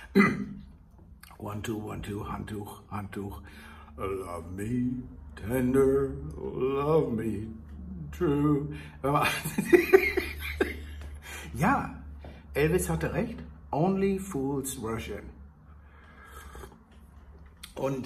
One, two, Handtuch, Handtuch. Love me tender, love me true. Ja, Elvis hatte recht. Only fools rush in. Und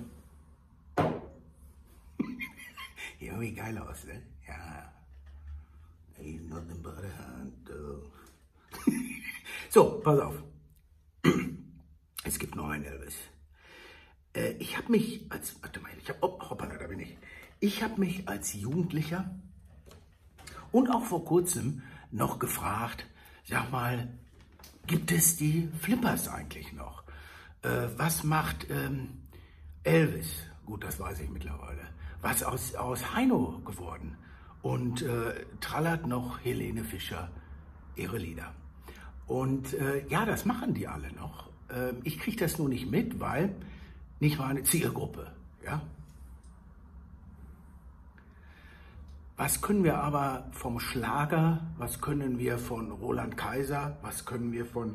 irgendwie geil aus, ne? Ja. Ain't nothing but a handle. So, pass auf. Es gibt noch einen Elvis. Ich habe mich als, warte mal, hoppala, da bin ich. Ich habe mich als Jugendlicher und auch vor kurzem noch gefragt, sag mal, gibt es die Flippers eigentlich noch? Was macht Elvis? Gut, das weiß ich mittlerweile. Was aus Heino geworden? Und trallert noch Helene Fischer ihre Lieder. Und ja, das machen die alle noch. Ich kriege das nur nicht mit, weil nicht meine Zielgruppe. Ja? Was können wir aber vom Schlager, was können wir von Roland Kaiser, was können wir von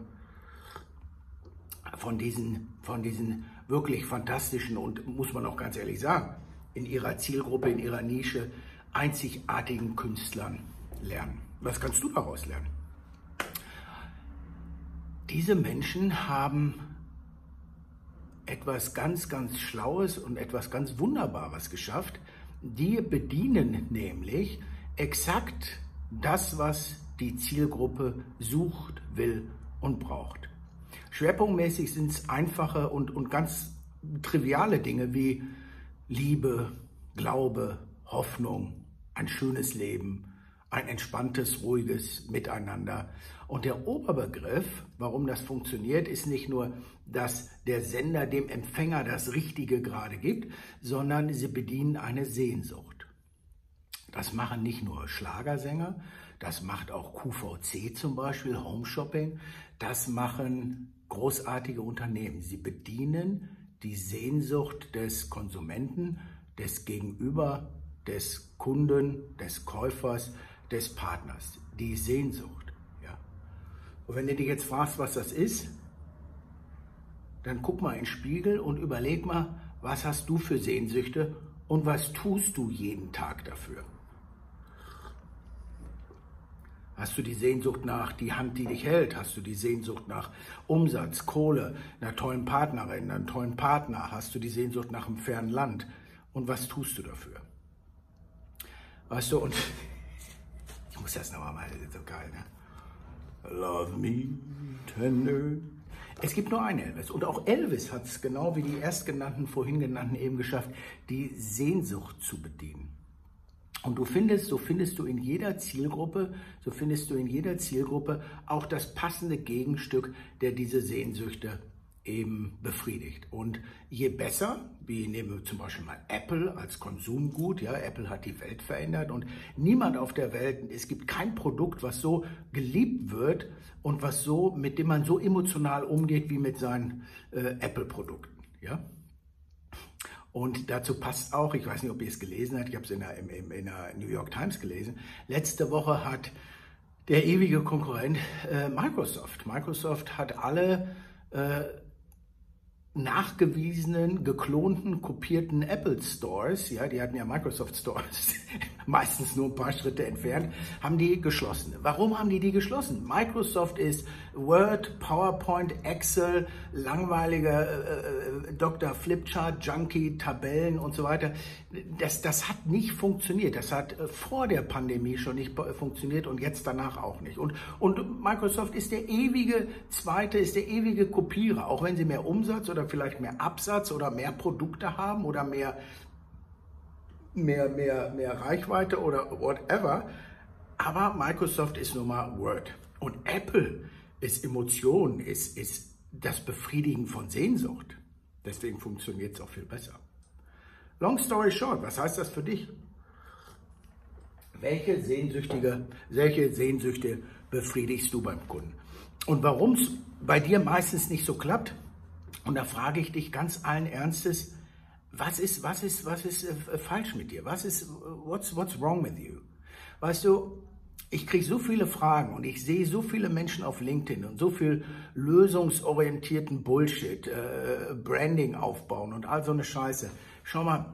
diesen wirklich fantastischen und, muss man auch ganz ehrlich sagen, in ihrer Zielgruppe, in ihrer Nische, einzigartigen Künstlern lernen? Was kannst du daraus lernen? Diese Menschen haben etwas ganz, ganz Schlaues und etwas ganz Wunderbares geschafft. Die bedienen nämlich exakt das, was die Zielgruppe sucht, will und braucht. Schwerpunktmäßig sind es einfache und ganz triviale Dinge wie Liebe, Glaube, Hoffnung, ein schönes Leben, ein entspanntes, ruhiges Miteinander. Und der Oberbegriff, warum das funktioniert, ist nicht nur, dass der Sender dem Empfänger das Richtige gerade gibt, sondern sie bedienen eine Sehnsucht. Das machen nicht nur Schlagersänger, das macht auch QVC zum Beispiel, Home Shopping, das machen großartige Unternehmen. Sie bedienen die Sehnsucht des Konsumenten, des Gegenüber, des Kunden, des Käufers, des Partners, die Sehnsucht. Ja. Und wenn du dich jetzt fragst, was das ist, dann guck mal in den Spiegel und überleg mal, was hast du für Sehnsüchte und was tust du jeden Tag dafür? Hast du die Sehnsucht nach die Hand, die dich hält? Hast du die Sehnsucht nach Umsatz, Kohle, einer tollen Partnerin, einem tollen Partner? Hast du die Sehnsucht nach einem fernen Land? Und was tust du dafür? Weißt du, und ich muss das nochmal mal, das ist so geil, ne? Love me tender. Es gibt nur einen Elvis. Und auch Elvis hat es genau wie die erstgenannten, vorhin genannten eben geschafft, die Sehnsucht zu bedienen. Und so findest du in jeder Zielgruppe, auch das passende Gegenstück, der diese Sehnsüchte eben befriedigt. Und je besser, wie nehmen wir zum Beispiel mal Apple als Konsumgut, ja, Apple hat die Welt verändert und niemand auf der Welt, es gibt kein Produkt, was so geliebt wird und mit dem man so emotional umgeht wie mit seinen Apple-Produkten, ja. Und dazu passt auch, ich weiß nicht, ob ihr es gelesen habt, ich habe es in der New York Times gelesen, letzte Woche hat der ewige Konkurrent Microsoft hat alle nachgewiesenen, geklonten, kopierten Apple Stores, ja, die hatten ja Microsoft Stores, meistens nur ein paar Schritte entfernt, haben die geschlossen. Warum haben die geschlossen? Microsoft ist Word, PowerPoint, Excel, langweiliger Dr. Flipchart, Junkie, Tabellen und so weiter. Das hat nicht funktioniert. Das hat vor der Pandemie schon nicht funktioniert und jetzt danach auch nicht. Und Microsoft ist der ewige Kopierer, auch wenn sie mehr Umsatz oder vielleicht mehr Absatz oder mehr Produkte haben oder mehr Reichweite oder whatever. Aber Microsoft ist nun mal Word. Und Apple ist Emotion, ist das Befriedigen von Sehnsucht. Deswegen funktioniert es auch viel besser. Long story short, was heißt das für dich? Welche Sehnsüchte befriedigst du beim Kunden? Und warum es bei dir meistens nicht so klappt? Und da frage ich dich ganz allen Ernstes, was ist falsch mit dir? What's wrong with you? Weißt du, Ich kriege so viele Fragen und ich sehe so viele Menschen auf LinkedIn und so viel lösungsorientierten Bullshit, Branding aufbauen und all so eine Scheiße. Schau mal,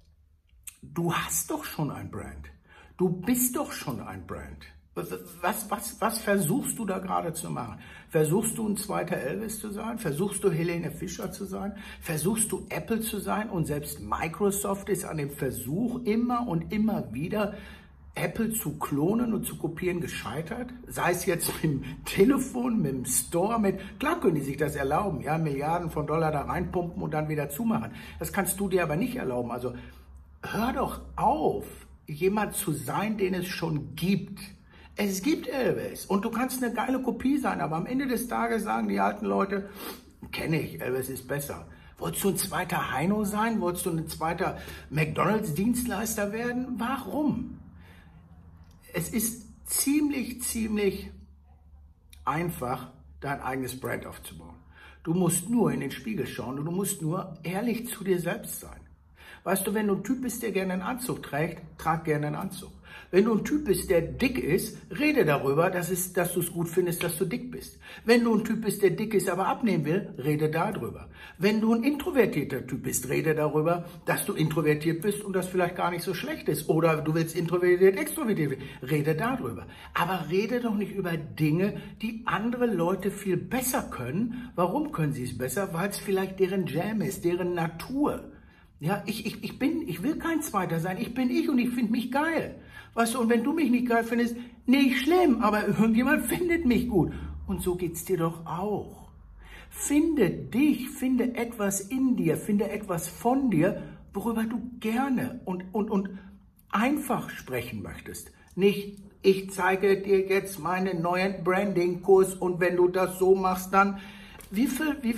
du hast doch schon ein Brand. Du bist doch schon ein Brand. Was versuchst du da gerade zu machen? Versuchst du ein zweiter Elvis zu sein? Versuchst du Helene Fischer zu sein? Versuchst du Apple zu sein? Und selbst Microsoft ist an dem Versuch immer und immer wieder, Apple zu klonen und zu kopieren, gescheitert. Sei es jetzt mit dem Telefon, mit dem Store, klar können die sich das erlauben, ja, Milliarden von Dollar da reinpumpen und dann wieder zumachen. Das kannst du dir aber nicht erlauben. Also hör doch auf, jemand zu sein, den es schon gibt. Es gibt Elvis und du kannst eine geile Kopie sein, aber am Ende des Tages sagen die alten Leute, kenne ich, Elvis ist besser. Wolltest du ein zweiter Heino sein? Wolltest du ein zweiter McDonalds-Dienstleister werden? Warum? Es ist ziemlich einfach, dein eigenes Brand aufzubauen. Du musst nur in den Spiegel schauen und du musst nur ehrlich zu dir selbst sein. Weißt du, wenn du ein Typ bist, der gerne einen Anzug trägt, trag gerne einen Anzug. Wenn du ein Typ bist, der dick ist, rede darüber, dass du es gut findest, dass du dick bist. Wenn du ein Typ bist, der dick ist, aber abnehmen will, rede darüber. Wenn du ein introvertierter Typ bist, rede darüber, dass du introvertiert bist und das vielleicht gar nicht so schlecht ist. Oder du willst introvertiert, extrovertiert, rede darüber. Aber rede doch nicht über Dinge, die andere Leute viel besser können. Warum können sie es besser? Weil es vielleicht deren Jam ist, deren Natur. Ja, ich will kein Zweiter sein. Ich bin ich und ich finde mich geil. Weißt du, und wenn du mich nicht geil findest, nicht schlimm, aber irgendjemand findet mich gut. Und so geht's dir doch auch. Finde dich, finde etwas in dir, finde etwas von dir, worüber du gerne und einfach sprechen möchtest. Nicht, ich zeige dir jetzt meinen neuen Branding-Kurs und wenn du das so machst, dann ich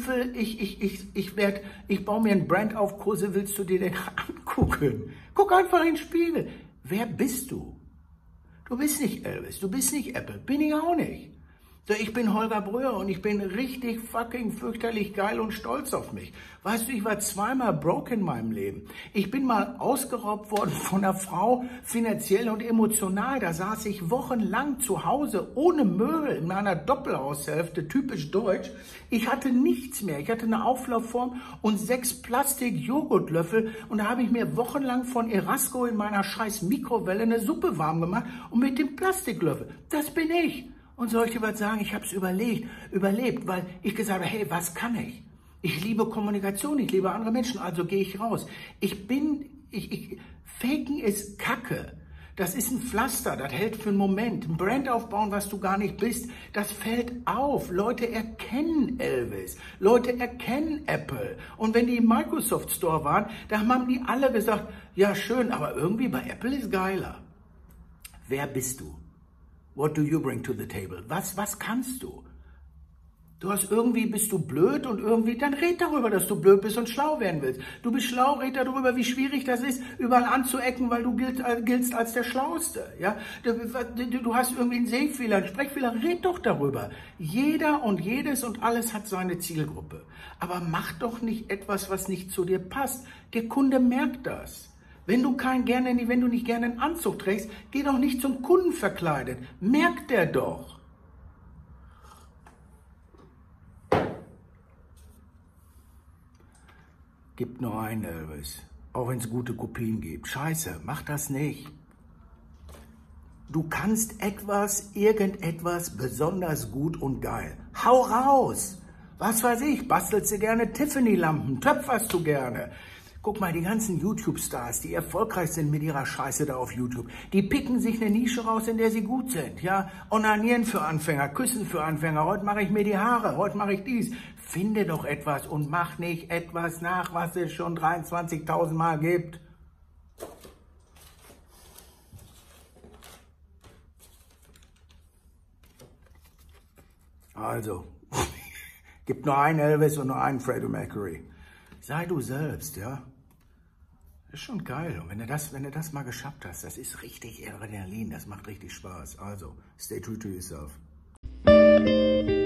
baue mir einen Brand auf, Kurse willst du dir denn angucken? Guck einfach in den Spiegel. Wer bist du? Du bist nicht Elvis, du bist nicht Apple, bin ich auch nicht. So, ich bin Holger Bröhr und ich bin richtig fucking fürchterlich geil und stolz auf mich. Weißt du, ich war zweimal broke in meinem Leben. Ich bin mal ausgeraubt worden von einer Frau, finanziell und emotional. Da saß ich wochenlang zu Hause ohne Möbel in meiner Doppelhaushälfte, typisch deutsch. Ich hatte nichts mehr. Ich hatte eine Auflaufform und 6 Plastik-Joghurtlöffel und da habe ich mir wochenlang von Erasco in meiner scheiß Mikrowelle eine Suppe warm gemacht und mit dem Plastiklöffel. Das bin ich. Und soll ich dir was sagen? Ich habe es überlebt, weil ich gesagt habe, hey, was kann ich? Ich liebe Kommunikation, ich liebe andere Menschen, also gehe ich raus. Faken ist Kacke. Das ist ein Pflaster, das hält für einen Moment. Ein Brand aufbauen, was du gar nicht bist, das fällt auf. Leute erkennen Elvis, Leute erkennen Apple. Und wenn die im Microsoft Store waren, da haben die alle gesagt, ja schön, aber irgendwie bei Apple ist geiler. Wer bist du? What do you bring to the table? Was kannst du? Bist du blöd und irgendwie, dann red darüber, dass du blöd bist und schlau werden willst. Du bist schlau, red darüber, wie schwierig das ist, überall anzuecken, weil du giltst als der Schlauste. Ja? Du hast irgendwie einen Sehfehler, einen Sprechfehler, red doch darüber. Jeder und jedes und alles hat seine Zielgruppe. Aber mach doch nicht etwas, was nicht zu dir passt. Der Kunde merkt das. Wenn du nicht gerne einen Anzug trägst, geh doch nicht zum Kunden verkleidet. Merkt der doch. Gibt nur einen Elvis. Auch wenn es gute Kopien gibt. Scheiße, mach das nicht. Du kannst irgendetwas besonders gut und geil. Hau raus. Was weiß ich, bastelst du gerne Tiffany-Lampen, töpferst du gerne. Guck mal, die ganzen YouTube-Stars, die erfolgreich sind mit ihrer Scheiße da auf YouTube, die picken sich eine Nische raus, in der sie gut sind, ja? Onanieren für Anfänger, Küssen für Anfänger, heute mache ich mir die Haare, heute mache ich dies. Finde doch etwas und mach nicht etwas nach, was es schon 23.000 Mal gibt. Also, gibt nur einen Elvis und nur einen Freddie Mercury. Sei du selbst, ja? Das ist schon geil. Und wenn du das mal geschafft hast, das ist richtig Adrenalin, das macht richtig Spaß. Also, stay true to yourself.